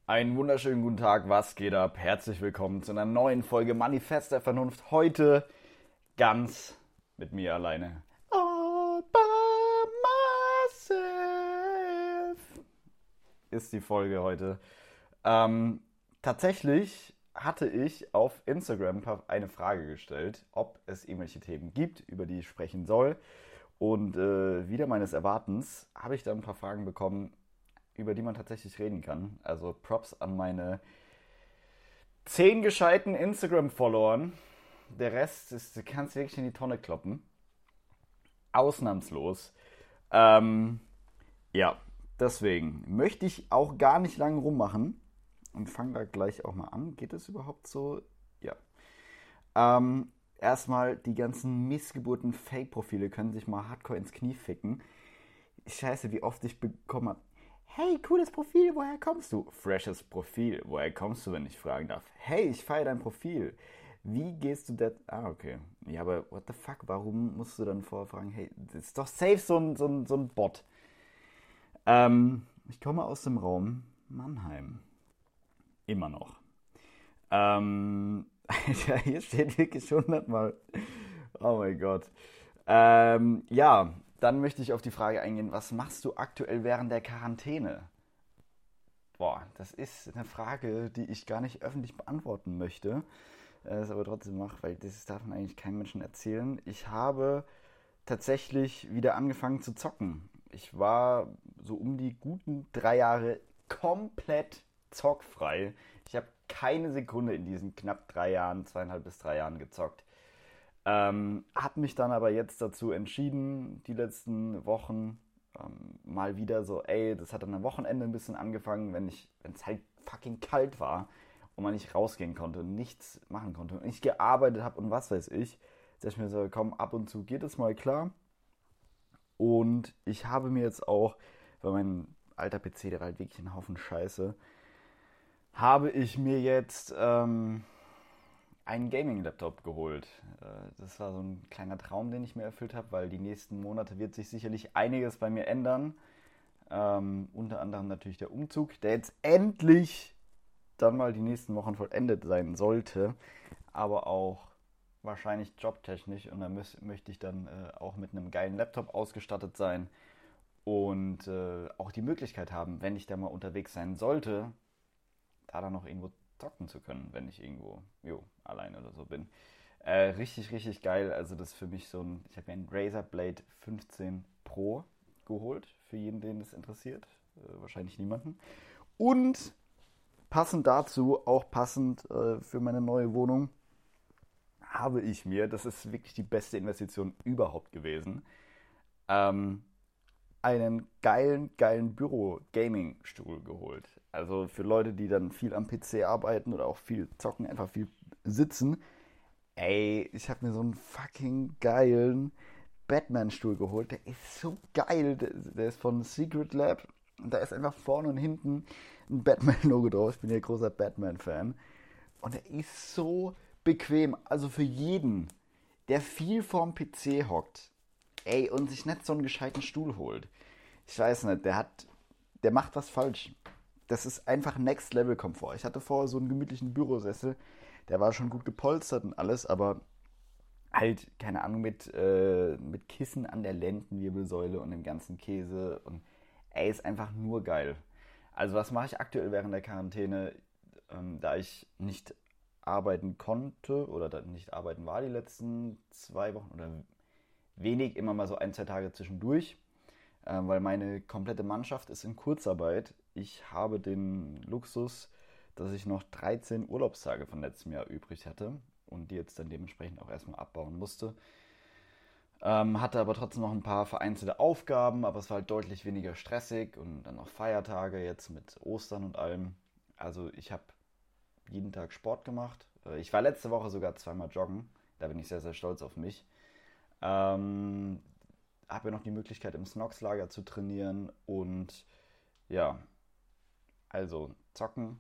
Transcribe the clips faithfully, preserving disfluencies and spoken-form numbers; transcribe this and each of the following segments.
Einen wunderschönen guten Tag, was geht ab? Herzlich willkommen zu einer neuen Folge Manifest der Vernunft. Heute ganz mit mir alleine. All by myself ist die Folge heute. Ähm, tatsächlich hatte ich auf Instagram eine Frage gestellt, ob es irgendwelche Themen gibt, über die ich sprechen soll. Und äh, wieder meines Erwartens habe ich da ein paar Fragen bekommen, über die man tatsächlich reden kann. Also Props an meine zehn gescheiten Instagram-Followern. Der Rest ist, du kannst wirklich in die Tonne kloppen. Ausnahmslos. Ähm, ja, deswegen möchte ich auch gar nicht lange rummachen und fange da gleich auch mal an. Geht es überhaupt so? Ja. Ähm, erstmal die ganzen Missgeburten Fake-Profile können sich mal hardcore ins Knie ficken. Scheiße, wie oft ich bekommen habe. Hey, cooles Profil, woher kommst du? Freshes Profil, woher kommst du, wenn ich fragen darf? Hey, ich feiere dein Profil. Wie gehst du das? Ah, okay. Ja, aber what the fuck, warum musst du dann vorher fragen, hey, das ist doch safe so ein, so ein, so ein Bot. Ähm, ich komme aus dem Raum Mannheim. Immer noch. Ähm, ja, hier steht wirklich hundertmal. Oh mein Gott. Ähm, ja, dann möchte ich auf die Frage eingehen, was machst du aktuell während der Quarantäne? Boah, das ist eine Frage, die ich gar nicht öffentlich beantworten möchte, äh, es aber trotzdem mache, weil das darf man eigentlich keinem Menschen erzählen. Ich habe tatsächlich wieder angefangen zu zocken. Ich war so um die guten drei Jahre komplett zockfrei. Ich habe keine Sekunde in diesen knapp drei Jahren, zweieinhalb bis drei Jahren gezockt. Ähm, hab mich dann aber jetzt dazu entschieden, die letzten Wochen ähm, mal wieder so, ey, das hat dann am Wochenende ein bisschen angefangen, wenn ich, wenn es halt fucking kalt war und man nicht rausgehen konnte und nichts machen konnte und ich gearbeitet habe und was weiß ich, dass ich mir so, komm, ab und zu geht es mal klar. Und ich habe mir jetzt auch, weil mein alter P C, der war halt wirklich ein Haufen Scheiße, habe ich mir jetzt ähm, einen Gaming-Laptop geholt. Äh, Das war so ein kleiner Traum, den ich mir erfüllt habe, weil die nächsten Monate wird sich sicherlich einiges bei mir ändern. Ähm, unter anderem natürlich der Umzug, der jetzt endlich dann mal die nächsten Wochen vollendet sein sollte, aber auch wahrscheinlich jobtechnisch und da müß, möchte ich dann äh, auch mit einem geilen Laptop ausgestattet sein und äh, auch die Möglichkeit haben, wenn ich da mal unterwegs sein sollte, da dann noch irgendwo zocken zu können, wenn ich irgendwo jo, alleine oder so bin. Äh, richtig, richtig geil. Also das ist für mich so ein, ich habe mir einen Razer Blade fünfzehn Pro geholt, für jeden, den das interessiert. Äh, wahrscheinlich niemanden. Und passend dazu, auch passend äh, für meine neue Wohnung, habe ich mir, das ist wirklich die beste Investition überhaupt gewesen, ähm, einen geilen, geilen Büro-Gaming-Stuhl geholt. Also für Leute, die dann viel am P C arbeiten oder auch viel zocken, einfach viel sitzen. Ey, ich habe mir so einen fucking geilen Batman-Stuhl geholt. Der ist so geil. Der, der ist von Secret Lab. Und da ist einfach vorne und hinten ein Batman-Logo drauf. Ich bin ja großer Batman-Fan. Und der ist so bequem. Also für jeden, der viel vorm P C hockt, ey, und sich nicht so einen gescheiten Stuhl holt. Ich weiß nicht, der hat, der macht was falsch. Das ist einfach Next Level Komfort. Ich hatte vorher so einen gemütlichen Bürosessel, der war schon gut gepolstert und alles, aber halt, keine Ahnung, mit, äh, mit Kissen an der Lendenwirbelsäule und dem ganzen Käse und ey, ist einfach nur geil. Also was mache ich aktuell während der Quarantäne, ähm, da ich nicht arbeiten konnte oder da nicht arbeiten war die letzten zwei Wochen oder wenig, immer mal so ein, zwei Tage zwischendurch, äh, weil meine komplette Mannschaft ist in Kurzarbeit. Ich habe den Luxus, dass ich noch dreizehn Urlaubstage von letztem Jahr übrig hatte und die jetzt dann dementsprechend auch erstmal abbauen musste. Ähm, hatte aber trotzdem noch ein paar vereinzelte Aufgaben, aber es war halt deutlich weniger stressig und dann noch Feiertage jetzt mit Ostern und allem. Also ich habe jeden Tag Sport gemacht. Äh, Ich war letzte Woche sogar zweimal joggen. Da bin ich sehr, sehr stolz auf mich. Ähm, habe ja noch die Möglichkeit im Snox-Lager zu trainieren und ja, also zocken,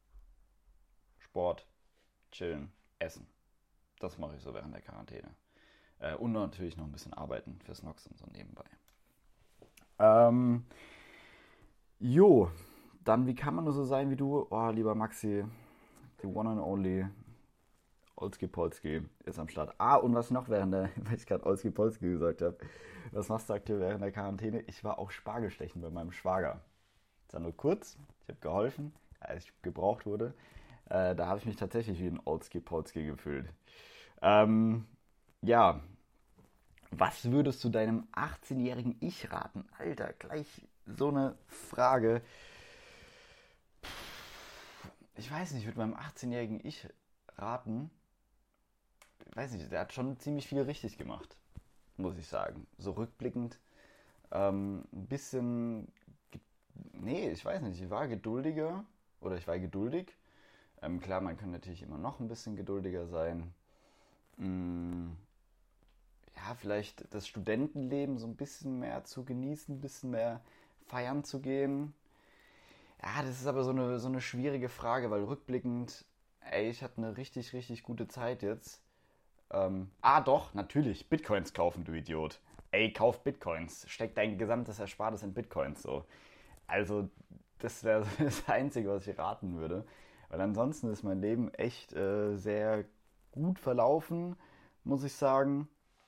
Sport, chillen, essen. Das mache ich so während der Quarantäne. Äh, und natürlich noch ein bisschen arbeiten für Snox und so nebenbei. Ähm, jo, dann, wie kann man nur so sein wie du? Oh, lieber Maxi, the one and only Olski Polski ist am Start. Ah, und was noch während der, weil ich gerade Olski Polski gesagt habe, was machst du aktuell während der Quarantäne? Ich war auch Spargelstechen bei meinem Schwager. Das war nur kurz, ich habe geholfen, als ich gebraucht wurde. Äh, da habe ich mich tatsächlich wie ein Olski Polski gefühlt. Ähm, ja, was würdest du deinem achtzehnjährigen Ich raten? Alter, gleich so eine Frage. Ich weiß nicht, ich würde meinem achtzehnjährigen Ich raten, ich weiß nicht, der hat schon ziemlich viel richtig gemacht, muss ich sagen. So rückblickend, ähm, ein bisschen, nee, ich weiß nicht, ich war geduldiger oder ich war geduldig. Ähm, klar, man kann natürlich immer noch ein bisschen geduldiger sein. Mm, ja, vielleicht das Studentenleben so ein bisschen mehr zu genießen, ein bisschen mehr feiern zu gehen. Ja, das ist aber so eine, so eine schwierige Frage, weil rückblickend, ey, ich hatte eine richtig, richtig gute Zeit jetzt. Ähm, ah, doch, natürlich, Bitcoins kaufen, du Idiot. Ey, kauf Bitcoins. Steck dein gesamtes Erspartes in Bitcoins, so. Also, das wäre das Einzige, was ich raten würde. Weil ansonsten ist mein Leben echt äh, sehr gut verlaufen, muss ich sagen.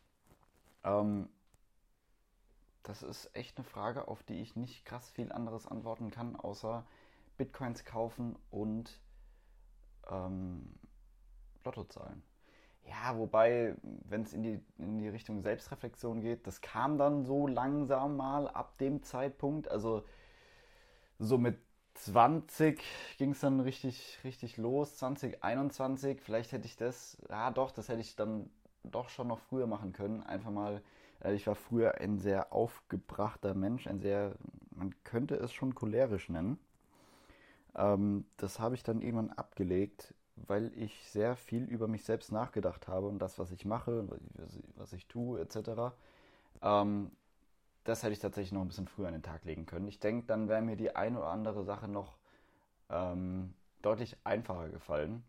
Ähm, Das ist echt eine Frage, auf die ich nicht krass viel anderes antworten kann, außer Bitcoins kaufen und ähm, Lotto zahlen. Ja, wobei, wenn es in die, in die Richtung Selbstreflexion geht, das kam dann so langsam mal ab dem Zeitpunkt. Also so mit zwanzig ging es dann richtig, richtig los, zwanzig einundzwanzig. Vielleicht hätte ich das, ja doch, das hätte ich dann doch schon noch früher machen können. Einfach mal, äh, ich war früher ein sehr aufgebrachter Mensch, ein sehr, man könnte es schon cholerisch nennen. Ähm, das habe ich dann irgendwann abgelegt, weil ich sehr viel über mich selbst nachgedacht habe und das, was ich mache, was ich, was ich tue, et cetera. Ähm, Das hätte ich tatsächlich noch ein bisschen früher an den Tag legen können. Ich denke, dann wäre mir die eine oder andere Sache noch ähm, deutlich einfacher gefallen.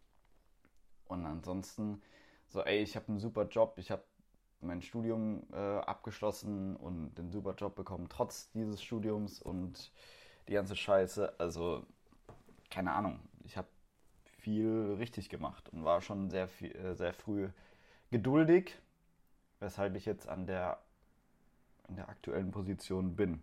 Und ansonsten, so, ey, ich habe einen super Job, ich habe mein Studium äh, abgeschlossen und den super Job bekommen, trotz dieses Studiums und die ganze Scheiße. Also, keine Ahnung, ich habe viel richtig gemacht und war schon sehr, viel, äh, sehr früh geduldig, weshalb ich jetzt an der, in der aktuellen Position bin.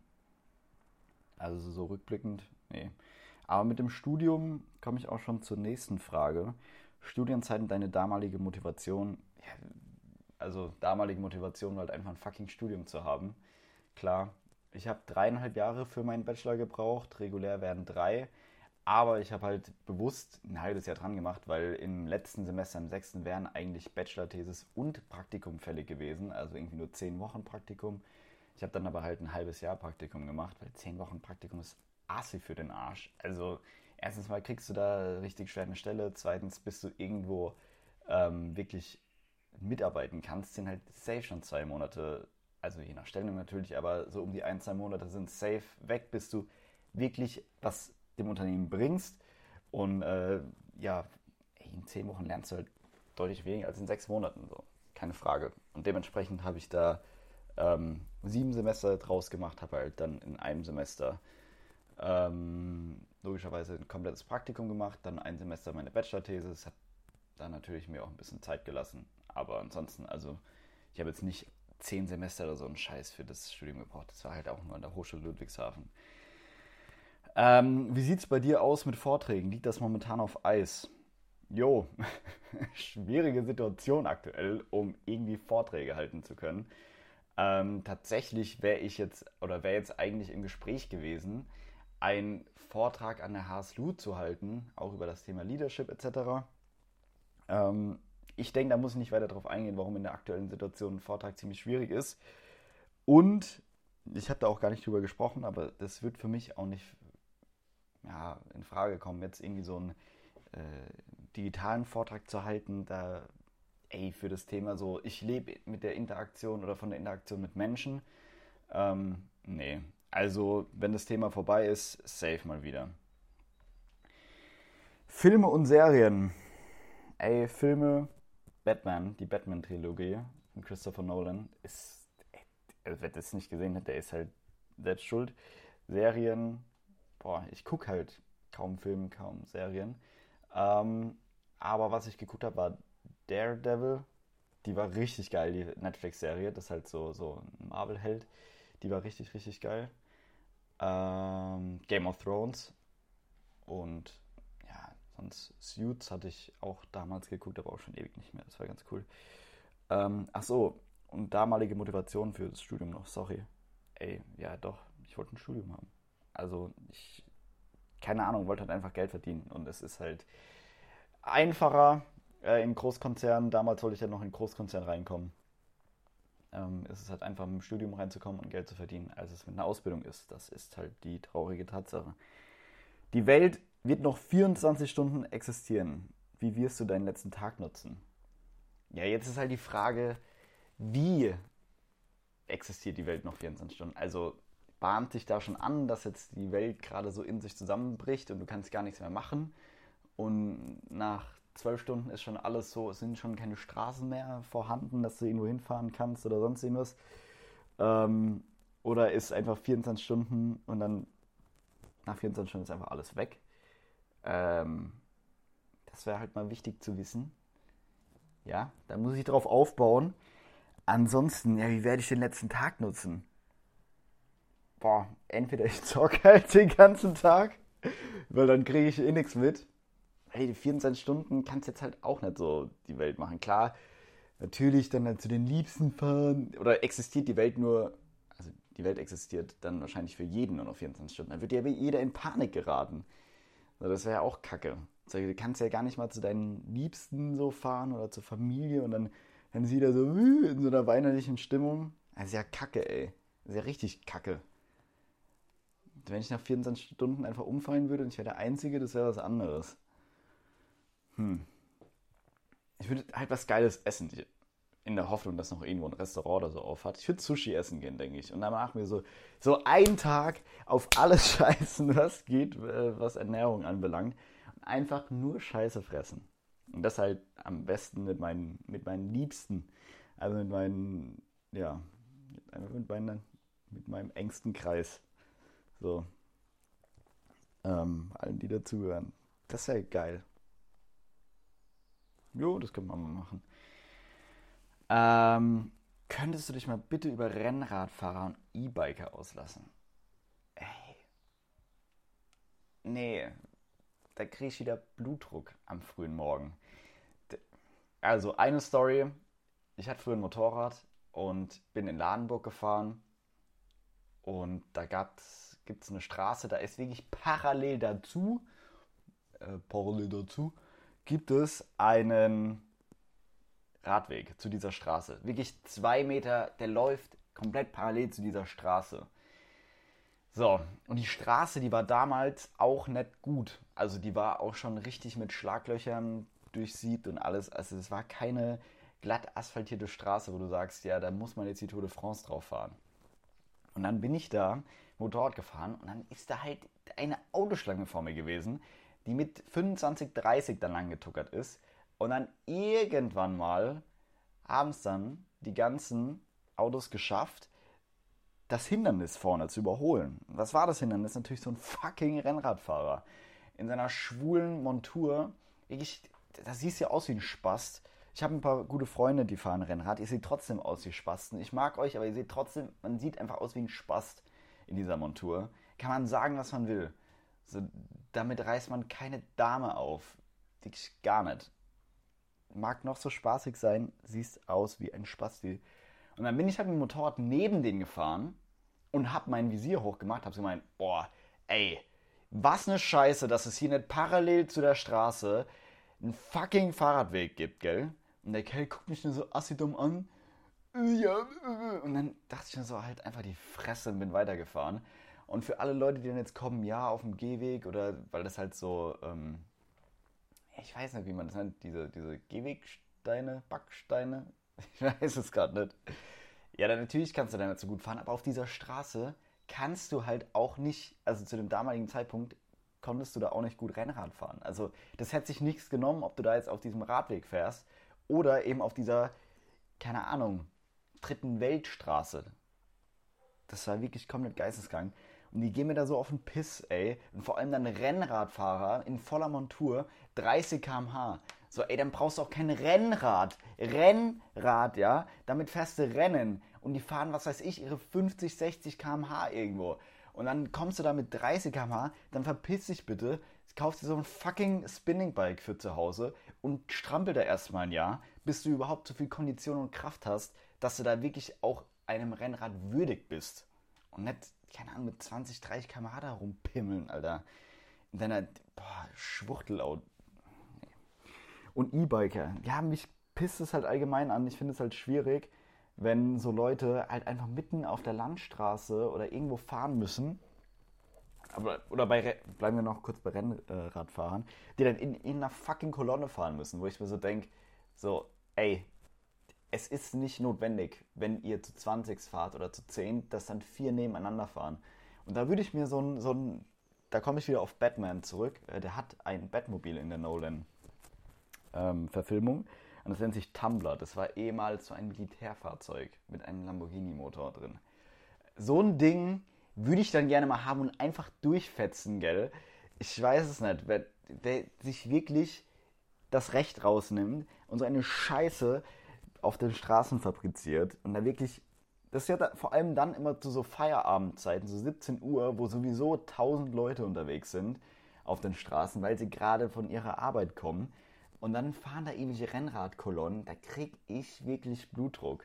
Also so rückblickend, nee. Aber mit dem Studium komme ich auch schon zur nächsten Frage. Studienzeit und deine damalige Motivation. Ja, also damalige Motivation war halt einfach ein fucking Studium zu haben. Klar, ich habe dreieinhalb Jahre für meinen Bachelor gebraucht, regulär wären drei. Aber ich habe halt bewusst ein halbes Jahr dran gemacht, weil im letzten Semester, im sechsten, wären eigentlich Bachelor-Thesis und Praktikum fällig gewesen. Also irgendwie nur zehn Wochen Praktikum. Ich habe dann aber halt ein halbes Jahr Praktikum gemacht, weil zehn Wochen Praktikum ist assi für den Arsch. Also erstens mal kriegst du da richtig schwer eine Stelle. Zweitens, bis du irgendwo ähm, wirklich mitarbeiten kannst, sind halt safe schon zwei Monate, also je nach Stellung natürlich, aber so um die ein, zwei Monate sind safe weg, bis du wirklich was dem Unternehmen bringst. Und äh, ja, in zehn Wochen lernst du halt deutlich weniger als in sechs Monaten. So. Keine Frage. Und dementsprechend habe ich da ähm, sieben Semester draus gemacht, habe halt dann in einem Semester ähm, logischerweise ein komplettes Praktikum gemacht, dann ein Semester meine Bachelor-These. Das hat dann natürlich mir auch ein bisschen Zeit gelassen. Aber ansonsten, also ich habe jetzt nicht zehn Semester oder so einen Scheiß für das Studium gebraucht. Das war halt auch nur an der Hochschule Ludwigshafen. Ähm, wie sieht es bei dir aus mit Vorträgen? Liegt das momentan auf Eis? Jo, schwierige Situation aktuell, um irgendwie Vorträge halten zu können. Ähm, tatsächlich wäre ich jetzt oder wäre jetzt eigentlich im Gespräch gewesen, einen Vortrag an der H S L U zu halten, auch über das Thema Leadership et cetera. Ähm, ich denke, da muss ich nicht weiter darauf eingehen, warum in der aktuellen Situation ein Vortrag ziemlich schwierig ist. Und ich habe da auch gar nicht drüber gesprochen, aber das wird für mich auch nicht ja, in Frage kommen, jetzt irgendwie so einen äh, digitalen Vortrag zu halten, da ey, für das Thema so, ich lebe mit der Interaktion oder von der Interaktion mit Menschen. Ähm, nee. Also, wenn das Thema vorbei ist, safe mal wieder. Filme und Serien. Ey, Filme, Batman, die Batman-Trilogie von Christopher Nolan ist, ey, wer das nicht gesehen hat, der ist halt selbst schuld. Serien, boah, ich gucke halt kaum Filme, kaum Serien. Ähm, aber was ich geguckt habe, war Daredevil. Die war richtig geil, die Netflix-Serie. Das ist halt so, so ein Marvel-Held. Die war richtig, richtig geil. Ähm, Game of Thrones. Und ja, sonst Suits hatte ich auch damals geguckt, aber auch schon ewig nicht mehr. Das war ganz cool. Ähm, ach so, und damalige Motivation für das Studium noch, sorry. Ey, ja doch, ich wollte ein Studium haben. Also ich, keine Ahnung, wollte halt einfach Geld verdienen. Und es ist halt einfacher äh, in Großkonzernen. Damals wollte ich ja noch in Großkonzern reinkommen. Ähm, es ist halt einfach mit dem Studium reinzukommen und Geld zu verdienen, als es mit einer Ausbildung ist. Das ist halt die traurige Tatsache. Die Welt wird noch vierundzwanzig Stunden existieren. Wie wirst du deinen letzten Tag nutzen? Ja, jetzt ist halt die Frage, wie existiert die Welt noch vierundzwanzig Stunden? Also bahnt sich da schon an, dass jetzt die Welt gerade so in sich zusammenbricht und du kannst gar nichts mehr machen? Und nach zwölf Stunden ist schon alles so, es sind schon keine Straßen mehr vorhanden, dass du irgendwo hinfahren kannst oder sonst irgendwas. Ähm, oder ist einfach vierundzwanzig Stunden und dann nach vierundzwanzig Stunden ist einfach alles weg. Ähm, das wäre halt mal wichtig zu wissen. Ja, da muss ich drauf aufbauen. Ansonsten, ja, wie werde ich den letzten Tag nutzen? Boah, entweder ich zocke halt den ganzen Tag, weil dann kriege ich eh nichts mit. Hey, die vierundzwanzig Stunden kannst jetzt halt auch nicht so die Welt machen. Klar, natürlich dann halt zu den Liebsten fahren. Oder existiert die Welt nur, also die Welt existiert dann wahrscheinlich für jeden nur noch vierundzwanzig Stunden. Dann wird ja jeder in Panik geraten. So, das wäre ja auch kacke. So, du kannst ja gar nicht mal zu deinen Liebsten so fahren oder zur Familie und dann, dann ist jeder so äh, in so einer weinerlichen Stimmung. Das ist ja kacke, ey. Das ist ja richtig kacke. Wenn ich nach vierundzwanzig Stunden einfach umfallen würde und ich wäre der Einzige, das wäre was anderes. Hm. Ich würde halt was Geiles essen, in der Hoffnung, dass noch irgendwo ein Restaurant oder so auf hat. Ich würde Sushi essen gehen, denke ich. Und danach mir so, so einen Tag auf alles scheißen, was geht, äh, was Ernährung anbelangt. Und einfach nur Scheiße fressen. Und das halt am besten mit meinen, mit meinen Liebsten. Also mit meinen, ja, einfach mit, meinen, mit meinem engsten Kreis. So, ähm, allen, die dazugehören. Das wäre geil. Jo, das könnte man mal machen. Ähm, könntest du dich mal bitte über Rennradfahrer und E-Biker auslassen? Ey, nee, da kriege ich wieder Blutdruck am frühen Morgen. Also eine Story, ich hatte früher ein Motorrad und bin in Ladenburg gefahren und da gibt es eine Straße, da ist wirklich parallel dazu, äh, parallel dazu, gibt es einen Radweg zu dieser Straße. Wirklich zwei Meter, der läuft komplett parallel zu dieser Straße. So, und die Straße, die war damals auch nicht gut. Also die war auch schon richtig mit Schlaglöchern durchsiebt und alles. Also es war keine glatt asphaltierte Straße, wo du sagst, ja, da muss man jetzt die Tour de France drauf fahren. Und dann bin ich da Motorrad gefahren und dann ist da halt eine Autoschlange vor mir gewesen, die mit fünfundzwanzig, dreißig dann lang getuckert ist. Und dann irgendwann mal haben es dann die ganzen Autos geschafft, das Hindernis vorne zu überholen. Was war das Hindernis? Natürlich so ein fucking Rennradfahrer. In seiner schwulen Montur. Ich, das sieht ja aus wie ein Spast. Ich habe ein paar gute Freunde, die fahren Rennrad. Ihr seht trotzdem aus wie Spasten. Ich mag euch, aber ihr seht trotzdem, man sieht einfach aus wie ein Spast in dieser Montur. Kann man sagen, was man will. So, damit reißt man keine Dame auf. Wirklich gar nicht. Mag noch so spaßig sein, siehst aus wie ein Spasti. Und dann bin ich halt mit dem Motorrad neben den gefahren und hab mein Visier hochgemacht, hab so gemeint, boah, ey, was ne Scheiße, dass es hier nicht parallel zu der Straße einen fucking Fahrradweg gibt, gell? Und der Kerl guckt mich nur so assi dumm an. Ja, und dann dachte ich mir so, halt einfach die Fresse und bin weitergefahren. Und für alle Leute, die dann jetzt kommen, ja, auf dem Gehweg oder, weil das halt so, ähm, ich weiß nicht, wie man das nennt, diese, diese Gehwegsteine, Backsteine, ich weiß es gerade nicht. Ja, dann natürlich kannst du da nicht so gut fahren, aber auf dieser Straße kannst du halt auch nicht, also zu dem damaligen Zeitpunkt konntest du da auch nicht gut Rennrad fahren. Also das hätte sich nichts genommen, ob du da jetzt auf diesem Radweg fährst oder eben auf dieser, keine Ahnung, dritten Weltstraße. Das war wirklich komplett geisteskrank. Und die gehen mir da so auf den Piss, ey. Und vor allem dann Rennradfahrer in voller Montur, dreißig Kilometer pro Stunde. So, ey, dann brauchst du auch kein Rennrad. Rennrad, ja? Damit fährst du Rennen. Und die fahren, was weiß ich, ihre fünfzig, sechzig Kilometer pro Stunde irgendwo. Und dann kommst du da mit dreißig Kilometer pro Stunde, dann verpiss dich bitte, kaufst dir so ein fucking Spinningbike für zu Hause und strampel da erstmal ein Jahr, bis du überhaupt so viel Kondition und Kraft hast, dass du da wirklich auch einem Rennrad würdig bist. Und nicht, keine Ahnung, mit zwanzig, dreißig Kilometer pro Stunde da rumpimmeln, Alter. In deiner, boah, Schwuchtel. Und E-Biker, ja, mich pisst es halt allgemein an. Ich finde es halt schwierig, wenn so Leute halt einfach mitten auf der Landstraße oder irgendwo fahren müssen. Aber, oder bei, bleiben wir noch kurz bei Rennradfahrern, die dann in, in einer fucking Kolonne fahren müssen, wo ich mir so denke, so, ey, es ist nicht notwendig, wenn ihr zu zwanzig fahrt oder zu zehn, dass dann vier nebeneinander fahren. Und da würde ich mir so ein, so ein, da komme ich wieder auf Batman zurück, der hat ein Batmobil in der Nolan-Verfilmung. Ähm, und das nennt sich Tumbler. Das war ehemals so ein Militärfahrzeug mit einem Lamborghini-Motor drin. So ein Ding würde ich dann gerne mal haben und einfach durchfetzen, gell? Ich weiß es nicht, wer, wer sich wirklich das Recht rausnimmt und so eine Scheiße auf den Straßen fabriziert und da wirklich, das ist ja da, vor allem dann immer zu so Feierabendzeiten, so siebzehn Uhr, wo sowieso tausend Leute unterwegs sind auf den Straßen, weil sie gerade von ihrer Arbeit kommen und dann fahren da ewige Rennradkolonnen, da krieg ich wirklich Blutdruck.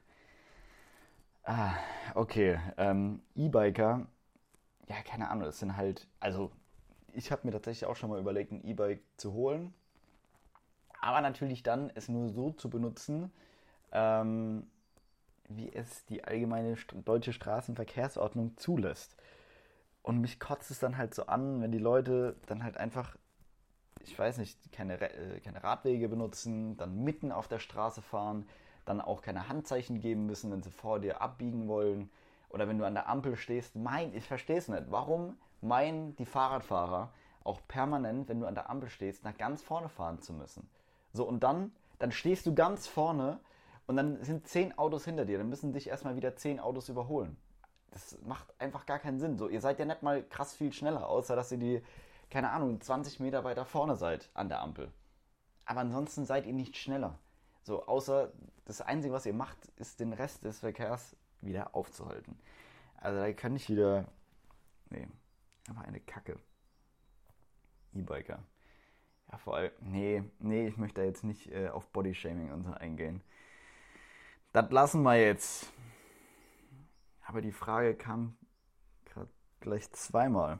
Ah, okay, ähm, E-Biker, ja, keine Ahnung, das sind halt, also ich habe mir tatsächlich auch schon mal überlegt, ein E-Bike zu holen, aber natürlich dann es nur so zu benutzen, ähm, wie es die allgemeine deutsche Straßenverkehrsordnung zulässt. Und mich kotzt es dann halt so an, wenn die Leute dann halt einfach, ich weiß nicht, keine, keine Radwege benutzen, dann mitten auf der Straße fahren, dann auch keine Handzeichen geben müssen, wenn sie vor dir abbiegen wollen. Oder wenn du an der Ampel stehst, mein, ich verstehe es nicht. Warum meinen die Fahrradfahrer auch permanent, wenn du an der Ampel stehst, nach ganz vorne fahren zu müssen? So, und dann, dann stehst du ganz vorne und dann sind zehn Autos hinter dir. Dann müssen dich erstmal wieder zehn Autos überholen. Das macht einfach gar keinen Sinn. So, ihr seid ja nicht mal krass viel schneller, außer dass ihr die, keine Ahnung, zwanzig Meter weiter vorne seid an der Ampel. Aber ansonsten seid ihr nicht schneller. So, außer das Einzige, was ihr macht, ist den Rest des Verkehrs wieder aufzuhalten. Also da kann ich wieder... Nee, aber eine Kacke. E-Biker. Ja, vor allem... Nee, nee, ich möchte da jetzt nicht äh, auf Bodyshaming und so eingehen. Das lassen wir jetzt. Aber die Frage kam gerade gleich zweimal.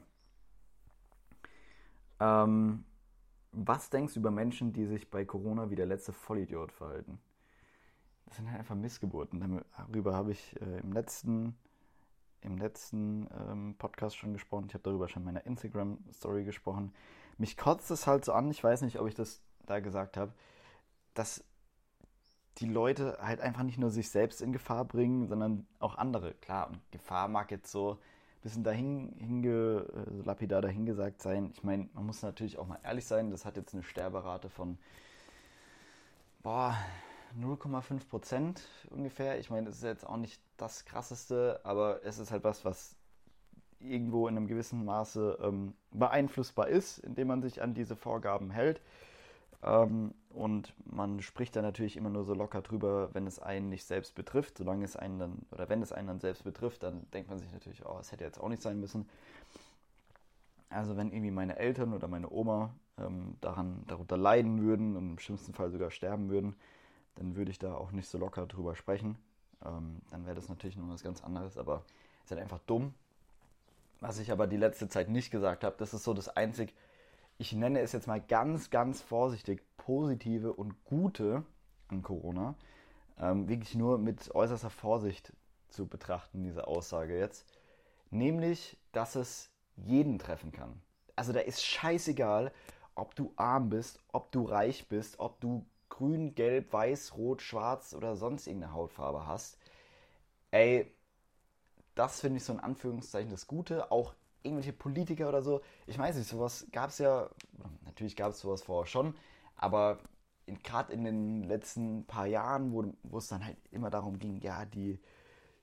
Ähm, was denkst du über Menschen, die sich bei Corona wie der letzte Vollidiot verhalten? Das sind halt einfach Missgeburten. Darüber habe ich äh, im letzten, im letzten ähm, Podcast schon gesprochen. Ich habe darüber schon in meiner Instagram-Story gesprochen. Mich kotzt es halt so an, ich weiß nicht, ob ich das da gesagt habe, dass die Leute halt einfach nicht nur sich selbst in Gefahr bringen, sondern auch andere. Klar, und Gefahr mag jetzt so ein bisschen dahin, hinge, äh, lapidar dahingesagt sein. Ich meine, man muss natürlich auch mal ehrlich sein, das hat jetzt eine Sterberate von boah, null Komma fünf Prozent ungefähr. Ich meine, das ist jetzt auch nicht das Krasseste, aber es ist halt was, was irgendwo in einem gewissen Maße ähm, beeinflussbar ist, indem man sich an diese Vorgaben hält. Ähm, und man spricht da natürlich immer nur so locker drüber, wenn es einen nicht selbst betrifft. Solange es einen dann, oder wenn es einen dann selbst betrifft, dann denkt man sich natürlich, oh, es hätte jetzt auch nicht sein müssen. Also wenn irgendwie meine Eltern oder meine Oma ähm, daran, darunter leiden würden und im schlimmsten Fall sogar sterben würden, dann würde ich da auch nicht so locker drüber sprechen. Ähm, dann wäre das natürlich noch was ganz anderes, aber es ist halt einfach dumm. Was ich aber die letzte Zeit nicht gesagt habe, das ist so das einzig, ich nenne es jetzt mal ganz, ganz vorsichtig, positive und gute an Corona. Ähm, wirklich nur mit äußerster Vorsicht zu betrachten, diese Aussage jetzt. Nämlich, dass es jeden treffen kann. Also da ist scheißegal, ob du arm bist, ob du reich bist, ob du grün, gelb, weiß, rot, schwarz oder sonst irgendeine Hautfarbe hast. Ey, das finde ich so in Anführungszeichen das Gute. Auch irgendwelche Politiker oder so. Ich weiß nicht, sowas gab es ja, natürlich gab es sowas vorher schon, aber gerade in den letzten paar Jahren, wo, wo es dann halt immer darum ging, ja, die,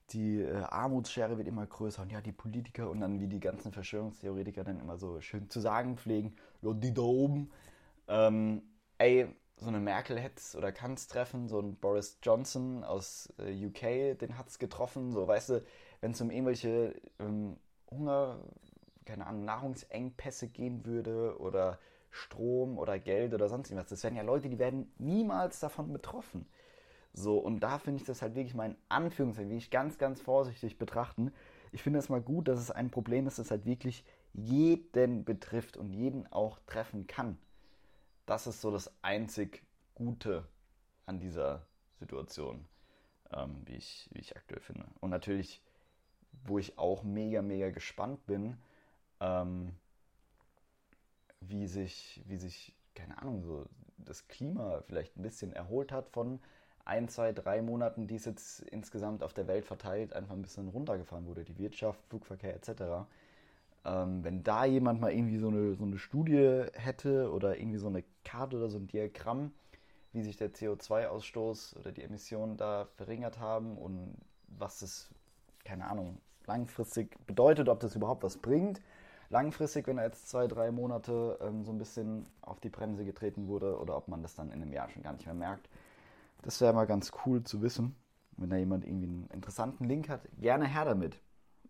die äh, Armutsschere wird immer größer und ja, die Politiker und dann wie die ganzen Verschwörungstheoretiker dann immer so schön zu sagen pflegen, ja, die da oben, ähm, ey, so eine Merkel hätte oder kann es treffen, so ein Boris Johnson aus äh, U K, den hat es getroffen, so, weißt du, wenn es um irgendwelche ähm, Hunger, keine Ahnung, Nahrungsengpässe gehen würde oder Strom oder Geld oder sonst irgendwas, das wären ja Leute, die werden niemals davon betroffen. So, und da finde ich das halt wirklich mal in Anführungszeichen, wirklich ganz, ganz vorsichtig betrachten. Ich finde es mal gut, dass es ein Problem ist, das halt wirklich jeden betrifft und jeden auch treffen kann. Das ist so das einzig Gute an dieser Situation, ähm, wie ich, wie ich aktuell finde. Und natürlich, wo ich auch mega, mega gespannt bin, ähm, wie sich, wie sich, keine Ahnung, so das Klima vielleicht ein bisschen erholt hat von ein, zwei, drei Monaten, die es jetzt insgesamt auf der Welt verteilt einfach ein bisschen runtergefahren wurde, die Wirtschaft, Flugverkehr et cetera. Ähm, wenn da jemand mal irgendwie so eine, so eine Studie hätte oder irgendwie so eine Karte oder so ein Diagramm, wie sich der C O zwei Ausstoß oder die Emissionen da verringert haben und was das, keine Ahnung, langfristig bedeutet, ob das überhaupt was bringt. Langfristig, wenn er jetzt zwei, drei Monate ähm, so ein bisschen auf die Bremse getreten wurde oder ob man das dann in einem Jahr schon gar nicht mehr merkt. Das wäre mal ganz cool zu wissen. Wenn da jemand irgendwie einen interessanten Link hat, gerne her damit.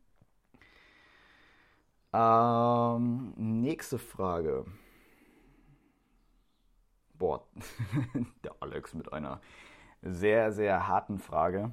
Ähm, nächste Frage. Boah, der Alex mit einer sehr, sehr harten Frage.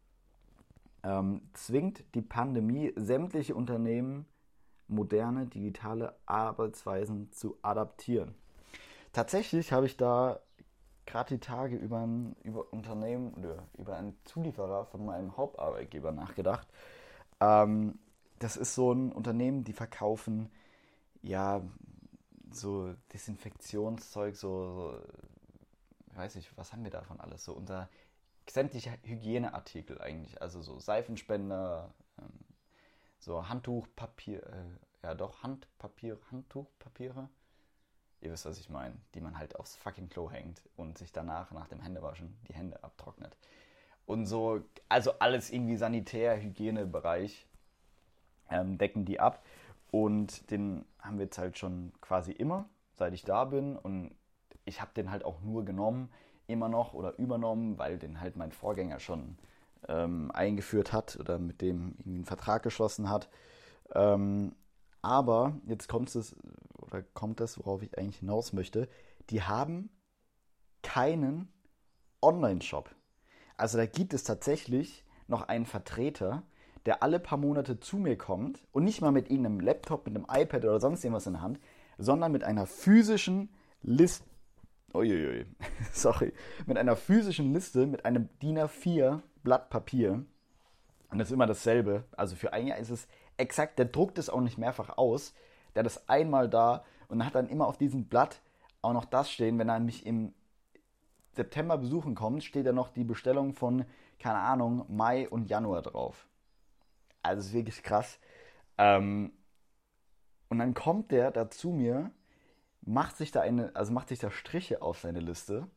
Ähm, zwingt die Pandemie sämtliche Unternehmen, moderne digitale Arbeitsweisen zu adaptieren? Tatsächlich habe ich da gerade die Tage über ein über Unternehmen oder über einen Zulieferer von meinem Hauptarbeitgeber nachgedacht. Ähm, das ist so ein Unternehmen, die verkaufen ja so Desinfektionszeug, so, so ich weiß nicht, was haben wir davon alles? So unser sämtliche Hygieneartikel eigentlich, also so Seifenspender, ähm, so Handtuchpapier, äh, ja doch Handpapier, Handtuchpapiere. Ihr wisst, was ich meine, die man halt aufs fucking Klo hängt und sich danach, nach dem Händewaschen, die Hände abtrocknet. Und so, also alles irgendwie Sanitär, Hygienebereich ähm, decken die ab. Und den haben wir jetzt halt schon quasi immer, seit ich da bin. Und ich habe den halt auch nur genommen, immer noch oder übernommen, weil den halt mein Vorgänger schon ähm, eingeführt hat oder mit dem irgendwie einen Vertrag geschlossen hat. Ähm, aber jetzt kommt es, oder kommt das, worauf ich eigentlich hinaus möchte, die haben keinen Online-Shop. Also da gibt es tatsächlich noch einen Vertreter, der alle paar Monate zu mir kommt und nicht mal mit irgendeinem Laptop, mit einem iPad oder sonst irgendwas in der Hand, sondern mit einer physischen Liste, uiuiui, sorry, mit einer physischen Liste, mit einem D I N A vier Blatt Papier. Und das ist immer dasselbe. Also für ein Jahr ist es exakt, der druckt es auch nicht mehrfach aus. Der hat es einmal da und hat dann immer auf diesem Blatt auch noch das stehen, wenn er mich im September besuchen kommt, steht da noch die Bestellung von, keine Ahnung, Mai und Januar drauf. Also das ist wirklich krass. Ähm, und dann kommt der da zu mir, macht sich da eine, also macht sich da Striche auf seine Liste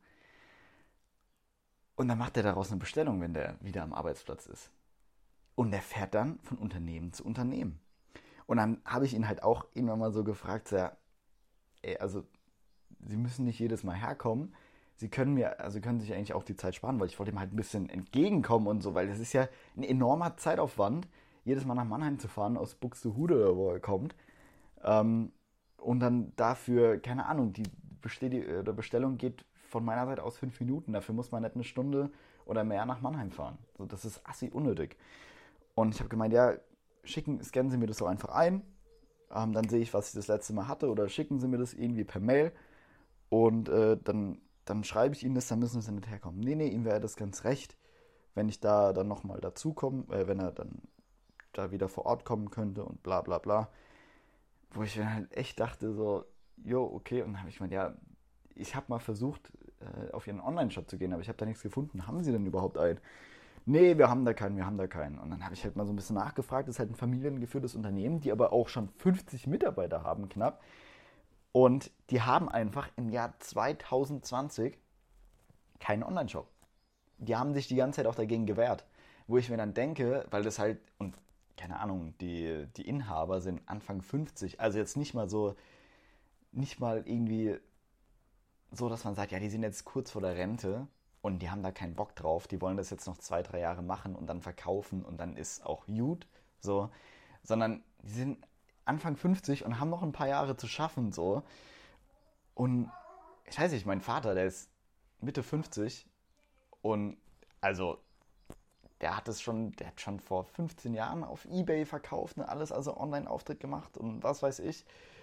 und dann macht er daraus eine Bestellung, wenn der wieder am Arbeitsplatz ist. Und der fährt dann von Unternehmen zu Unternehmen. Und dann habe ich ihn halt auch irgendwann mal so gefragt, so, ja, ey, also Sie müssen nicht jedes Mal herkommen. Sie können mir, also können sich eigentlich auch die Zeit sparen, weil ich wollte ihm halt ein bisschen entgegenkommen und so, weil das ist ja ein enormer Zeitaufwand, jedes Mal nach Mannheim zu fahren, aus Buxtehude oder wo er kommt. Ähm, und dann dafür, keine Ahnung, die Bestell- Bestellung geht von meiner Seite aus fünf Minuten. Dafür muss man nicht eine Stunde oder mehr nach Mannheim fahren. So, das ist assi unnötig. Und ich habe gemeint, ja, schicken, scannen Sie mir das so einfach ein. Ähm, dann sehe ich, was ich das letzte Mal hatte. Oder schicken Sie mir das irgendwie per Mail. Und äh, dann, dann schreibe ich Ihnen das, dann müssen Sie nicht herkommen. Nee, nee, ihm wäre das ganz recht, wenn ich da dann nochmal dazukomme, äh, wenn er dann da wieder vor Ort kommen könnte und bla bla bla. Wo ich mir halt echt dachte, so, jo, okay. Und dann habe ich gemeint, ja, ich habe mal versucht, äh, auf Ihren Online-Shop zu gehen, aber ich habe da nichts gefunden. Haben Sie denn überhaupt einen? Nee, wir haben da keinen, wir haben da keinen. Und dann habe ich halt mal so ein bisschen nachgefragt. Das ist halt ein familiengeführtes Unternehmen, die aber auch schon fünfzig Mitarbeiter haben, knapp. Und die haben einfach im Jahr zwanzig zwanzig keinen Online-Shop. Die haben sich die ganze Zeit auch dagegen gewehrt. wo ich mir dann denke, weil das halt, und keine Ahnung, die, die Inhaber sind Anfang fünfzig, also jetzt nicht mal so, nicht mal irgendwie so, dass man sagt, ja, die sind jetzt kurz vor der Rente und die haben da keinen Bock drauf, die wollen das jetzt noch zwei, drei Jahre machen und dann verkaufen und dann ist auch gut, so, sondern die sind Anfang fünfzig und haben noch ein paar Jahre zu schaffen, so. Und ich weiß nicht, mein Vater, der ist Mitte fünfzig und also der hat es schon, der hat schon vor fünfzehn Jahren auf eBay verkauft und alles, also Online-Auftritt gemacht und was weiß ich.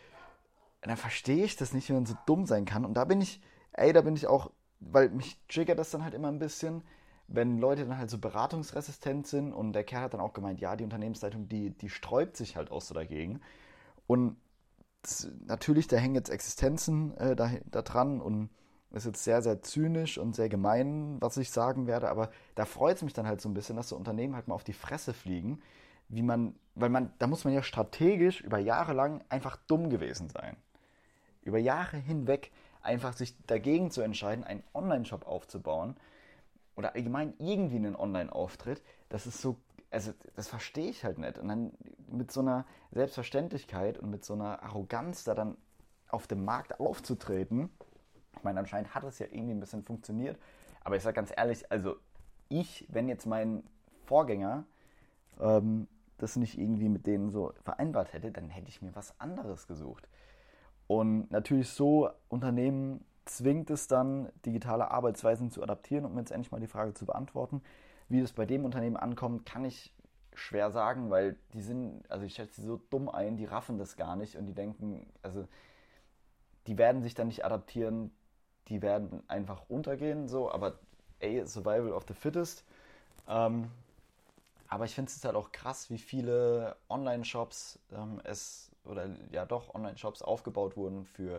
Und dann verstehe ich das nicht, wie man so dumm sein kann. Und da bin ich, ey, da bin ich auch, weil mich triggert das dann halt immer ein bisschen, wenn Leute dann halt so beratungsresistent sind und der Kerl hat dann auch gemeint, ja, die Unternehmensleitung, die, die sträubt sich halt auch so dagegen. Und das, natürlich, da hängen jetzt Existenzen äh, da, da dran und ist jetzt sehr, sehr zynisch und sehr gemein, was ich sagen werde, aber da freut es mich dann halt so ein bisschen, dass so Unternehmen halt mal auf die Fresse fliegen, wie man, weil man, da muss man ja strategisch über Jahre lang einfach dumm gewesen sein. Über Jahre hinweg einfach sich dagegen zu entscheiden, einen Online-Shop aufzubauen oder allgemein irgendwie einen Online-Auftritt, das ist so, also das verstehe ich halt nicht. Und dann mit so einer Selbstverständlichkeit und mit so einer Arroganz da dann auf dem Markt aufzutreten. Ich meine, anscheinend hat es ja irgendwie ein bisschen funktioniert. Aber ich sage ganz ehrlich, also ich, wenn jetzt mein Vorgänger ähm, das nicht irgendwie mit denen so vereinbart hätte, dann hätte ich mir was anderes gesucht. Und natürlich so, Unternehmen zwingt es dann, digitale Arbeitsweisen zu adaptieren, um jetzt endlich mal die Frage zu beantworten. Wie das bei dem Unternehmen ankommt, kann ich schwer sagen, weil die sind, also ich schätze sie so dumm ein, die raffen das gar nicht und die denken, also die werden sich dann nicht adaptieren, die werden einfach untergehen, so, aber ey, Survival of the Fittest. Ähm, aber ich finde es halt auch krass, wie viele Online-Shops ähm, es, oder ja doch, Online-Shops aufgebaut wurden für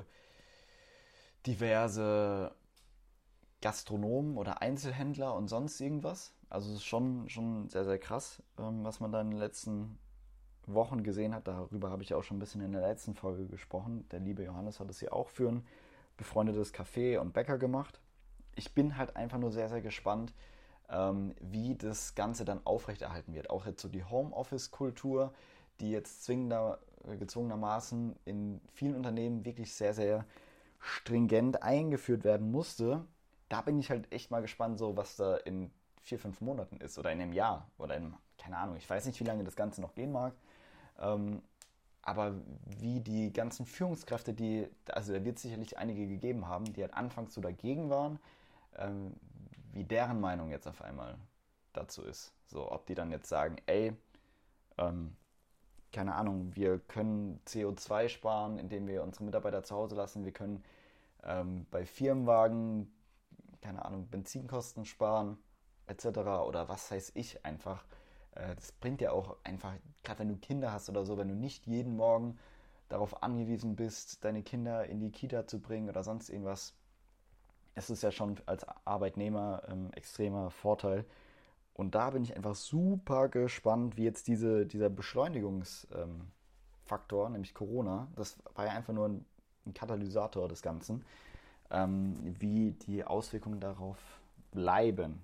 diverse Gastronomen oder Einzelhändler und sonst irgendwas. Also es ist schon, schon sehr, sehr krass, ähm, was man da in den letzten Wochen gesehen hat. Darüber habe ich ja auch schon ein bisschen in der letzten Folge gesprochen. Der liebe Johannes hat es ja auch für ein befreundetes Café und Bäcker gemacht. Ich bin halt einfach nur sehr, sehr gespannt, ähm, wie das Ganze dann aufrechterhalten wird. Auch jetzt so die Homeoffice-Kultur, die jetzt zwingender, äh, gezwungenermaßen in vielen Unternehmen wirklich sehr, sehr stringent eingeführt werden musste. Da bin ich halt echt mal gespannt, so was da in vier, fünf Monaten ist oder in einem Jahr oder in, keine Ahnung, ich weiß nicht, wie lange das Ganze noch gehen mag. Ähm, aber wie die ganzen Führungskräfte, die, also da wird es sicherlich einige gegeben haben, die halt anfangs so dagegen waren, ähm, wie deren Meinung jetzt auf einmal dazu ist. So, ob die dann jetzt sagen, ey, ähm, keine Ahnung, wir können C O zwei sparen, indem wir unsere Mitarbeiter zu Hause lassen, wir können ähm, bei Firmenwagen, keine Ahnung, Benzinkosten sparen, et cetera. Oder was weiß ich einfach. Äh, das bringt ja auch einfach, gerade wenn du Kinder hast oder so, wenn du nicht jeden Morgen darauf angewiesen bist, deine Kinder in die Kita zu bringen oder sonst irgendwas, es ist ja schon als Arbeitnehmer ein ähm, extremer Vorteil. Und da bin ich einfach super gespannt, wie jetzt diese, dieser Beschleunigungsfaktor, ähm, nämlich Corona, das war ja einfach nur ein, ein Katalysator des Ganzen, ähm, wie die Auswirkungen darauf bleiben.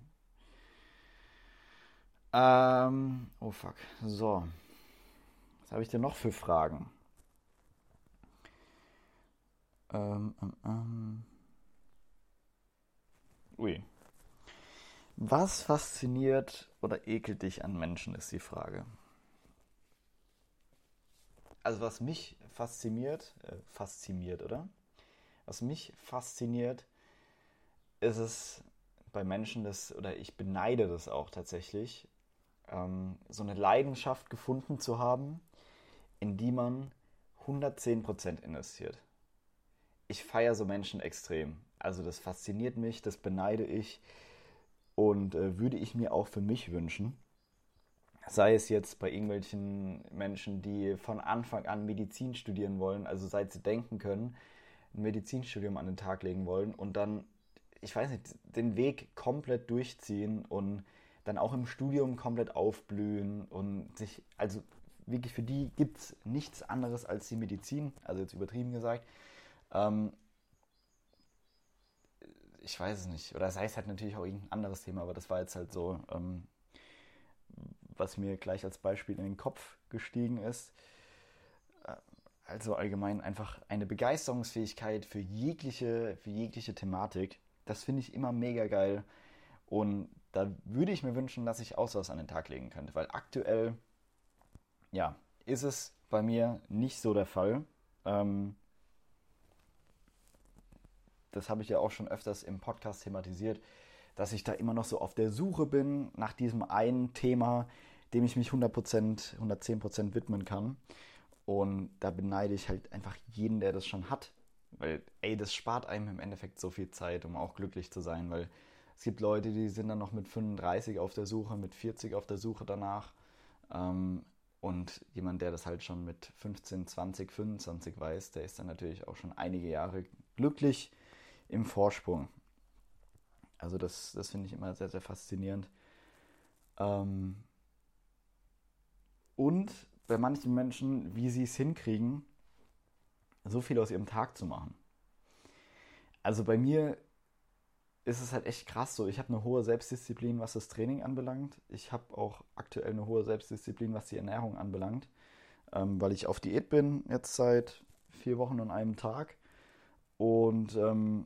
Ähm, oh fuck. So. Was habe ich denn noch für Fragen? Ähm, ähm, ähm. Ui. Was fasziniert oder ekelt dich an Menschen, ist die Frage. Also was mich fasziniert, äh, fasziniert, oder? Was mich fasziniert, ist es bei Menschen, das, oder ich beneide das auch tatsächlich, ähm, so eine Leidenschaft gefunden zu haben, in die man hundertzehn Prozent investiert. Ich feiere so Menschen extrem. Also das fasziniert mich, das beneide ich und äh, würde ich mir auch für mich wünschen. Sei es jetzt bei irgendwelchen Menschen, die von Anfang an Medizin studieren wollen, also seit sie denken können, ein Medizinstudium an den Tag legen wollen und dann, ich weiß nicht, den Weg komplett durchziehen und dann auch im Studium komplett aufblühen und sich, also wirklich für die gibt es nichts anderes als die Medizin, also jetzt übertrieben gesagt. Ähm, ich weiß es nicht, oder sei es halt natürlich auch irgendein anderes Thema, aber das war jetzt halt so ähm, was mir gleich als Beispiel in den Kopf gestiegen ist. Also allgemein einfach eine Begeisterungsfähigkeit für jegliche, für jegliche Thematik. Das finde ich immer mega geil. Und da würde ich mir wünschen, dass ich auch sowas an den Tag legen könnte. Weil aktuell, ja, ist es bei mir nicht so der Fall. Ähm, das habe ich ja auch schon öfters im Podcast thematisiert, dass ich da immer noch so auf der Suche bin nach diesem einen Thema, dem ich mich hundert Prozent, hundertzehn Prozent widmen kann. Und da beneide ich halt einfach jeden, der das schon hat. Weil, ey, das spart einem im Endeffekt so viel Zeit, um auch glücklich zu sein. Weil es gibt Leute, die sind dann noch mit fünfunddreißig auf der Suche, mit vierzig auf der Suche danach. Ähm, und jemand, der das halt schon mit fünfzehn, zwanzig, fünfundzwanzig weiß, der ist dann natürlich auch schon einige Jahre glücklich im Vorsprung. Also das, das finde ich immer sehr, sehr faszinierend. Ähm, und bei manchen Menschen, wie sie es hinkriegen, so viel aus ihrem Tag zu machen. Also bei mir ist es halt echt krass so. Ich habe eine hohe Selbstdisziplin, was das Training anbelangt. Ich habe auch aktuell eine hohe Selbstdisziplin, was die Ernährung anbelangt, ähm, weil ich auf Diät bin, jetzt seit vier Wochen und einem Tag. Und ähm,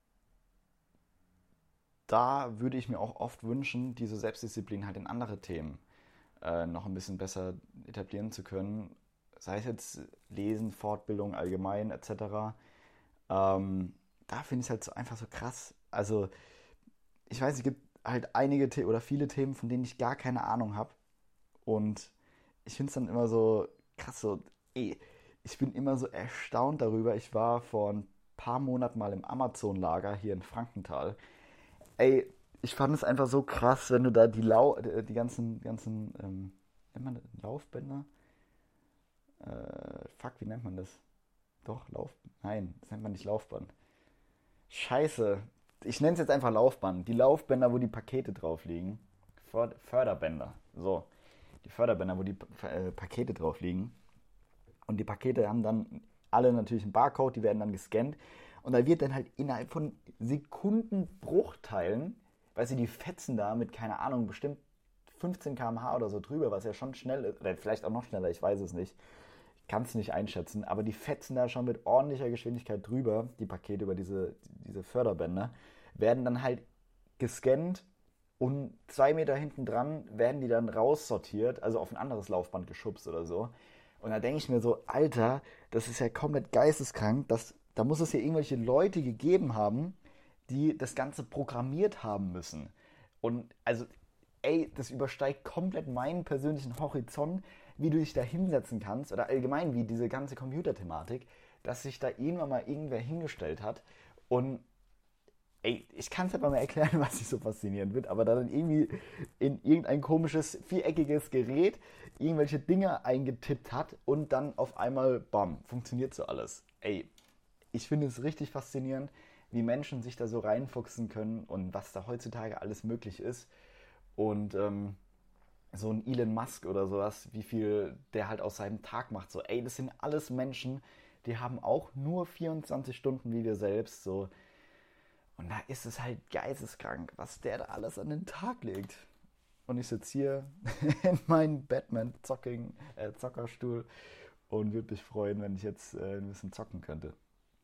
da würde ich mir auch oft wünschen, diese Selbstdisziplin halt in andere Themen äh, noch ein bisschen besser etablieren zu können. Sei es jetzt Lesen, Fortbildung allgemein et cetera. Ähm, da finde ich es halt so einfach so krass. Also, ich weiß, es gibt halt einige The oder viele Themen, von denen ich gar keine Ahnung habe. Und ich finde es dann immer so krass, so, ey, ich bin immer so erstaunt darüber. Ich war vor ein paar Monaten mal im Amazon-Lager hier in Frankenthal. Ey, ich fand es einfach so krass, wenn du da die, Lau äh, die ganzen, ganzen ähm, nennt man das Laufbänder? Äh, fuck, wie nennt man das? Doch, Lauf... Nein, das nennt man nicht Laufband. Scheiße. Ich nenne es jetzt einfach Laufband. Die Laufbänder, wo die Pakete drauf liegen. För- Förderbänder. So. Die Förderbänder, wo die Pa- äh, Pakete drauf liegen. Und die Pakete haben dann alle natürlich einen Barcode, die werden dann gescannt. Und da wird dann halt innerhalb von Sekundenbruchteilen, weißt du, die fetzen da mit, keine Ahnung, bestimmt fünfzehn Kilometer pro Stunde oder so drüber, was ja schon schnell ist, oder vielleicht auch noch schneller, ich weiß es nicht. Ich kann es nicht einschätzen, aber die fetzen da schon mit ordentlicher Geschwindigkeit drüber, die Pakete über diese, diese Förderbänder, werden dann halt gescannt und zwei Meter hinten dran werden die dann raussortiert, also auf ein anderes Laufband geschubst oder so. Und da denke ich mir so, Alter, das ist ja komplett geisteskrank. Das, da muss es ja irgendwelche Leute gegeben haben, die das Ganze programmiert haben müssen. Und also, ey, das übersteigt komplett meinen persönlichen Horizont, wie du dich da hinsetzen kannst, oder allgemein wie diese ganze Computerthematik, dass sich da irgendwann mal irgendwer hingestellt hat und ey, ich kann es aber mal erklären, was sich so faszinierend wird, aber dann irgendwie in irgendein komisches, viereckiges Gerät irgendwelche Dinge eingetippt hat und dann auf einmal, bam, funktioniert so alles. Ey, ich finde es richtig faszinierend, wie Menschen sich da so reinfuchsen können und was da heutzutage alles möglich ist. Und ähm, so ein Elon Musk oder sowas, wie viel der halt aus seinem Tag macht. So, ey, das sind alles Menschen, die haben auch nur vierundzwanzig Stunden wie wir selbst. So, und da ist es halt geisteskrank, was der da alles an den Tag legt. Und ich sitze hier in meinem Batman-Zocking, äh, Zockerstuhl und würde mich freuen, wenn ich jetzt äh, ein bisschen zocken könnte.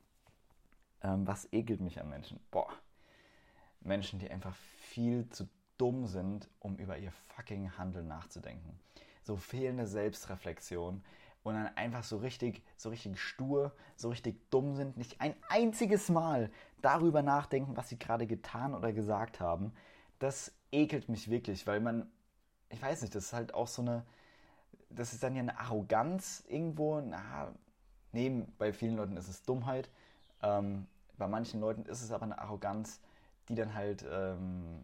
Ähm, was ekelt mich an Menschen? Boah, Menschen, die einfach viel zu dumm sind, um über ihr fucking Handeln nachzudenken. So fehlende Selbstreflexion und dann einfach so richtig, so richtig stur, so richtig dumm sind, nicht ein einziges Mal darüber nachdenken, was sie gerade getan oder gesagt haben. Das ekelt mich wirklich, weil man, ich weiß nicht, das ist halt auch so eine, das ist dann ja eine Arroganz irgendwo, na, nee, bei vielen Leuten ist es Dummheit, ähm, bei manchen Leuten ist es aber eine Arroganz, die dann halt, ähm,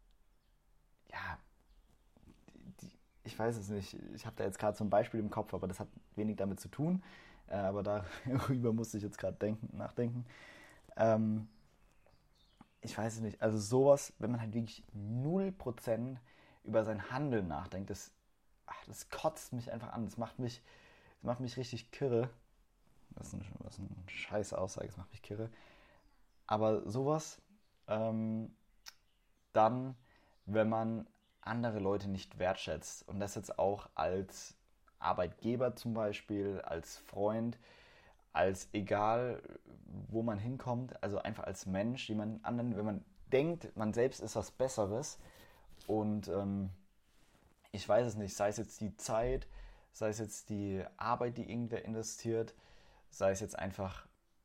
ja, die, ich weiß es nicht, ich habe da jetzt gerade so ein Beispiel im Kopf, aber das hat wenig damit zu tun, äh, aber darüber musste ich jetzt gerade denken, nachdenken. Ähm, ich weiß es nicht, also sowas, wenn man halt wirklich null Prozent über sein Handeln nachdenkt, das, ach, das kotzt mich einfach an, das macht mich, das macht mich richtig kirre. Das ist ein, das ist eine scheiß Aussage, das macht mich kirre. Aber sowas, ähm, dann, wenn man andere Leute nicht wertschätzt. Und das jetzt auch als Arbeitgeber zum Beispiel, als Freund, als egal, wo man hinkommt, also einfach als Mensch, jemand anderen, wenn man denkt, man selbst ist was Besseres und ähm, ich weiß es nicht, sei es jetzt die Zeit, sei es jetzt die Arbeit, die irgendwer investiert, sei es jetzt einfach,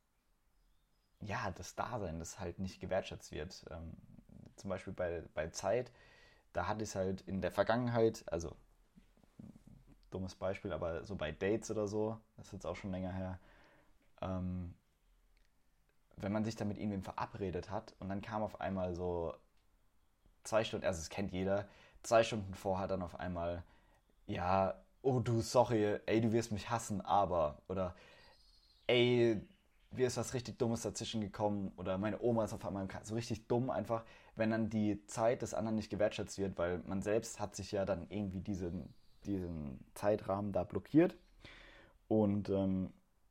ja, das Dasein, das halt nicht gewertschätzt wird. Ähm, zum Beispiel bei, bei Zeit, da hatte ich es halt in der Vergangenheit, also dummes Beispiel, aber so bei Dates oder so, das ist jetzt auch schon länger her, ähm, wenn man sich dann mit irgendwem verabredet hat und dann kam auf einmal so zwei Stunden, also das kennt jeder, zwei Stunden vorher dann auf einmal, ja, oh du, sorry, ey, du wirst mich hassen, aber, oder ey, mir ist was richtig Dummes dazwischen gekommen, oder meine Oma ist auf einmal im Krankenhaus, so richtig dumm einfach, wenn dann die Zeit des anderen nicht gewertschätzt wird, weil man selbst hat sich ja dann irgendwie diesen, diesen Zeitrahmen da blockiert und ähm,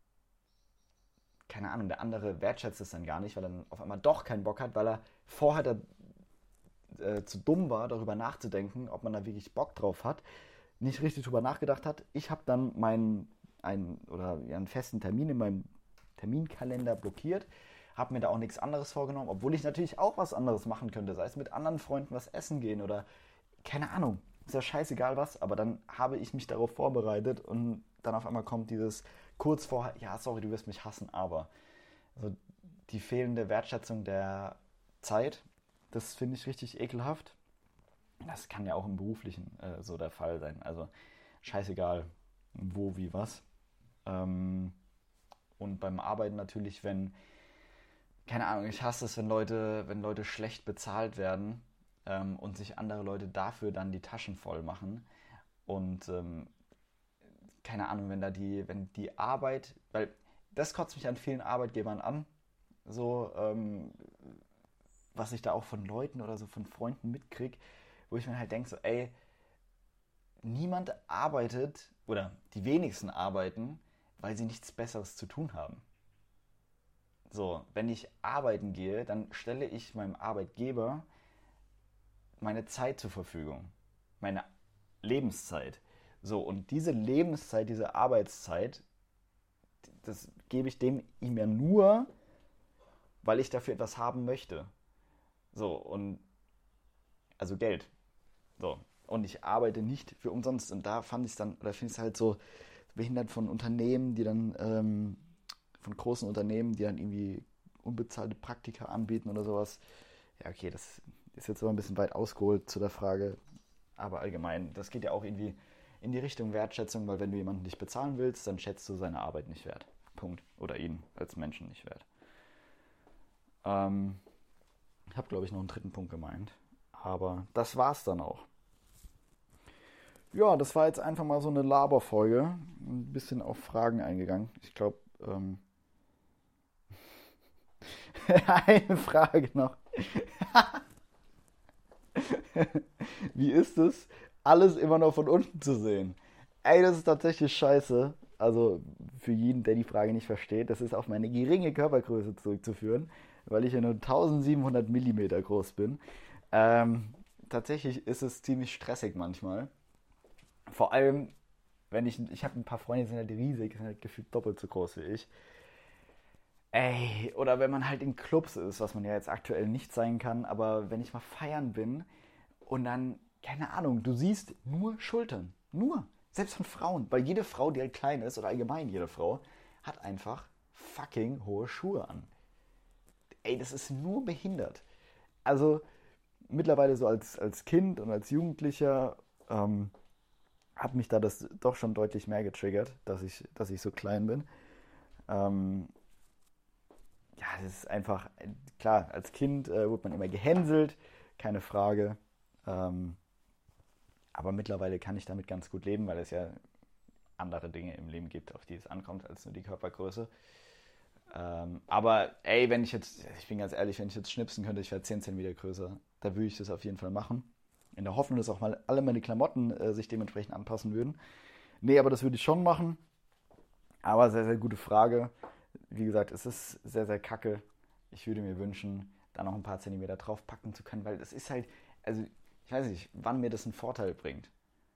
keine Ahnung, der andere wertschätzt es dann gar nicht, weil er dann auf einmal doch keinen Bock hat, weil er vorher da, äh, zu dumm war, darüber nachzudenken, ob man da wirklich Bock drauf hat, nicht richtig drüber nachgedacht hat. Ich habe dann meinen einen, oder ja, einen festen Termin in meinem Terminkalender blockiert, habe mir da auch nichts anderes vorgenommen, obwohl ich natürlich auch was anderes machen könnte, sei es mit anderen Freunden was essen gehen oder keine Ahnung, ist ja scheißegal was, aber dann habe ich mich darauf vorbereitet und dann auf einmal kommt dieses kurz vorher, ja sorry, du wirst mich hassen, aber also die fehlende Wertschätzung der Zeit, das finde ich richtig ekelhaft. Das kann ja auch im Beruflichen äh, so der Fall sein, also scheißegal wo, wie, was. Ähm, und beim Arbeiten natürlich, wenn, keine Ahnung, ich hasse es, wenn Leute, wenn Leute schlecht bezahlt werden ähm, und sich andere Leute dafür dann die Taschen voll machen. Und ähm, keine Ahnung, wenn da die, wenn die Arbeit, weil das kotzt mich an vielen Arbeitgebern an, so, ähm, was ich da auch von Leuten oder so von Freunden mitkriege, wo ich mir halt denke, so, ey, niemand arbeitet, oder die wenigsten arbeiten, weil sie nichts Besseres zu tun haben. So, wenn ich arbeiten gehe, dann stelle ich meinem Arbeitgeber meine Zeit zur Verfügung. Meine Lebenszeit. So, und diese Lebenszeit, diese Arbeitszeit, das gebe ich dem ihm ja nur, weil ich dafür etwas haben möchte. So, und also Geld. So. Und ich arbeite nicht für umsonst. Und da fand ich es dann, oder finde ich es halt so behindert von Unternehmen, die dann, ähm, von großen Unternehmen, die dann irgendwie unbezahlte Praktika anbieten oder sowas. Ja, okay, das ist jetzt aber ein bisschen weit ausgeholt zu der Frage. Aber allgemein, das geht ja auch irgendwie in die Richtung Wertschätzung, weil wenn du jemanden nicht bezahlen willst, dann schätzt du seine Arbeit nicht wert. Punkt. Oder ihn als Menschen nicht wert. Ähm, ich habe, glaube ich, noch einen dritten Punkt gemeint. Aber das war's dann auch. Ja, das war jetzt einfach mal so eine Laberfolge. Ein bisschen auf Fragen eingegangen. Ich glaube, ähm eine Frage noch. Wie ist es, alles immer noch von unten zu sehen? Ey, das ist tatsächlich scheiße. Also für jeden, der die Frage nicht versteht, das ist auf meine geringe Körpergröße zurückzuführen, weil ich ja nur eintausendsiebenhundert Millimeter groß bin. Ähm, tatsächlich ist es ziemlich stressig manchmal. Vor allem, wenn ich, ich habe ein paar Freunde, die sind halt riesig, sind halt gefühlt doppelt so groß wie ich. Ey, oder wenn man halt in Clubs ist, was man ja jetzt aktuell nicht sein kann, aber wenn ich mal feiern bin und dann, keine Ahnung, du siehst nur Schultern. Nur. Selbst von Frauen. Weil jede Frau, die halt klein ist, oder allgemein jede Frau, hat einfach fucking hohe Schuhe an. Ey, das ist nur behindert. Also, mittlerweile so als, als Kind und als Jugendlicher ähm, hat mich da das doch schon deutlich mehr getriggert, dass ich, dass ich so klein bin. Ähm, ja, das ist einfach, klar, als Kind äh, wurde man immer gehänselt, keine Frage. Ähm, aber mittlerweile kann ich damit ganz gut leben, weil es ja andere Dinge im Leben gibt, auf die es ankommt, als nur die Körpergröße. Ähm, aber ey, wenn ich jetzt, ich bin ganz ehrlich, wenn ich jetzt schnipsen könnte, ich wäre zehn Zentimeter größer, da würde ich das auf jeden Fall machen. In der Hoffnung, dass auch mal alle meine Klamotten äh, sich dementsprechend anpassen würden. Nee, aber das würde ich schon machen. Aber sehr, sehr gute Frage. Wie gesagt, es ist sehr, sehr kacke. Ich würde mir wünschen, da noch ein paar Zentimeter draufpacken zu können, weil das ist halt, also ich weiß nicht, wann mir das einen Vorteil bringt.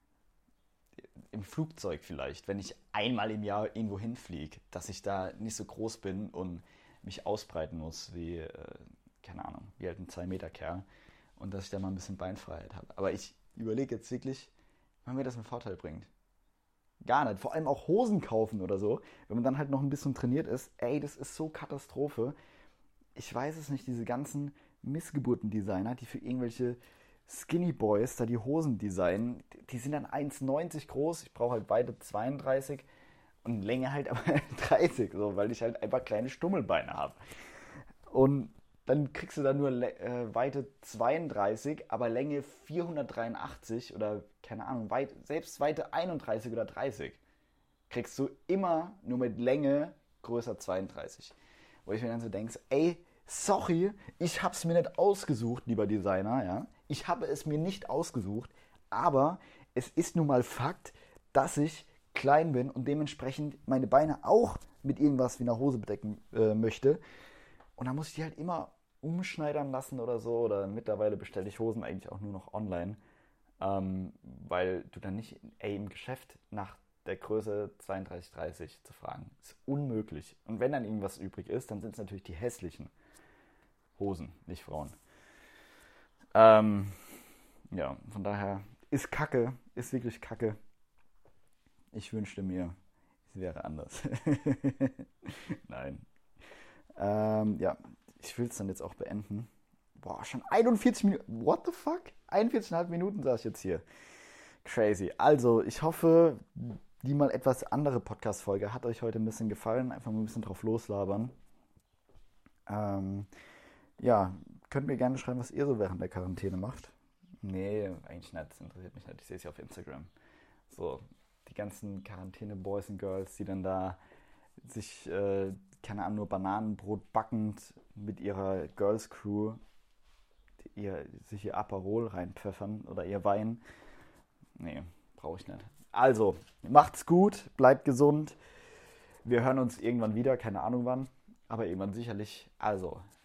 Im Flugzeug vielleicht, wenn ich einmal im Jahr irgendwo hinfliege, dass ich da nicht so groß bin und mich ausbreiten muss wie, äh, keine Ahnung, wie halt ein zwei Meter Kerl und dass ich da mal ein bisschen Beinfreiheit habe. Aber ich überlege jetzt wirklich, wann mir das einen Vorteil bringt. Gar nicht. Vor allem auch Hosen kaufen oder so, wenn man dann halt noch ein bisschen trainiert ist. Ey, das ist so Katastrophe. Ich weiß es nicht, diese ganzen Missgeburten-Designer, die für irgendwelche Skinny Boys da die Hosen designen, die sind dann eins neunzig groß. Ich brauche halt Weite zweiunddreißig und Länge halt aber dreißig, so, weil ich halt einfach kleine Stummelbeine habe. Und dann kriegst du da nur äh, Weite zweiunddreißig, aber Länge vierhundertdreiundachtzig oder keine Ahnung, weit, selbst Weite einunddreißig oder dreißig. Kriegst du immer nur mit Länge größer zweiunddreißig. Wo ich mir dann so denke, ey, sorry, ich hab's mir nicht ausgesucht, lieber Designer, ja. Ich habe es mir nicht ausgesucht, aber es ist nun mal Fakt, dass ich klein bin und dementsprechend meine Beine auch mit irgendwas wie einer Hose bedecken äh, möchte. Und dann muss ich die halt immer umschneidern lassen oder so. Oder mittlerweile bestelle ich Hosen eigentlich auch nur noch online, ähm, weil du dann nicht ey, im Geschäft nach der Größe zweiunddreißig dreißig zu fragen. Ist unmöglich. Und wenn dann irgendwas übrig ist, dann sind es natürlich die hässlichen Hosen, nicht Frauen. Ähm, ja, von daher ist Kacke, ist wirklich Kacke. Ich wünschte mir, es wäre anders. Nein. Ähm, ja, ich will es dann jetzt auch beenden. Boah, schon einundvierzig Minuten. What the fuck? einundvierzig Komma fünf Minuten saß ich jetzt hier. Crazy. Also, ich hoffe, die mal etwas andere Podcast-Folge hat euch heute ein bisschen gefallen. Einfach mal ein bisschen drauf loslabern. Ähm, ja, könnt mir gerne schreiben, was ihr so während der Quarantäne macht. Nee, eigentlich nicht. Das interessiert mich nicht. Ich sehe es ja auf Instagram. So, die ganzen Quarantäne-Boys und Girls, die dann da sich, äh, keine Ahnung, nur Bananenbrot backend mit ihrer Girls-Crew ihr, sich ihr Aperol reinpfeffern oder ihr Wein. Nee, brauche ich nicht. Also, macht's gut, bleibt gesund. Wir hören uns irgendwann wieder, keine Ahnung wann, aber irgendwann sicherlich. Also,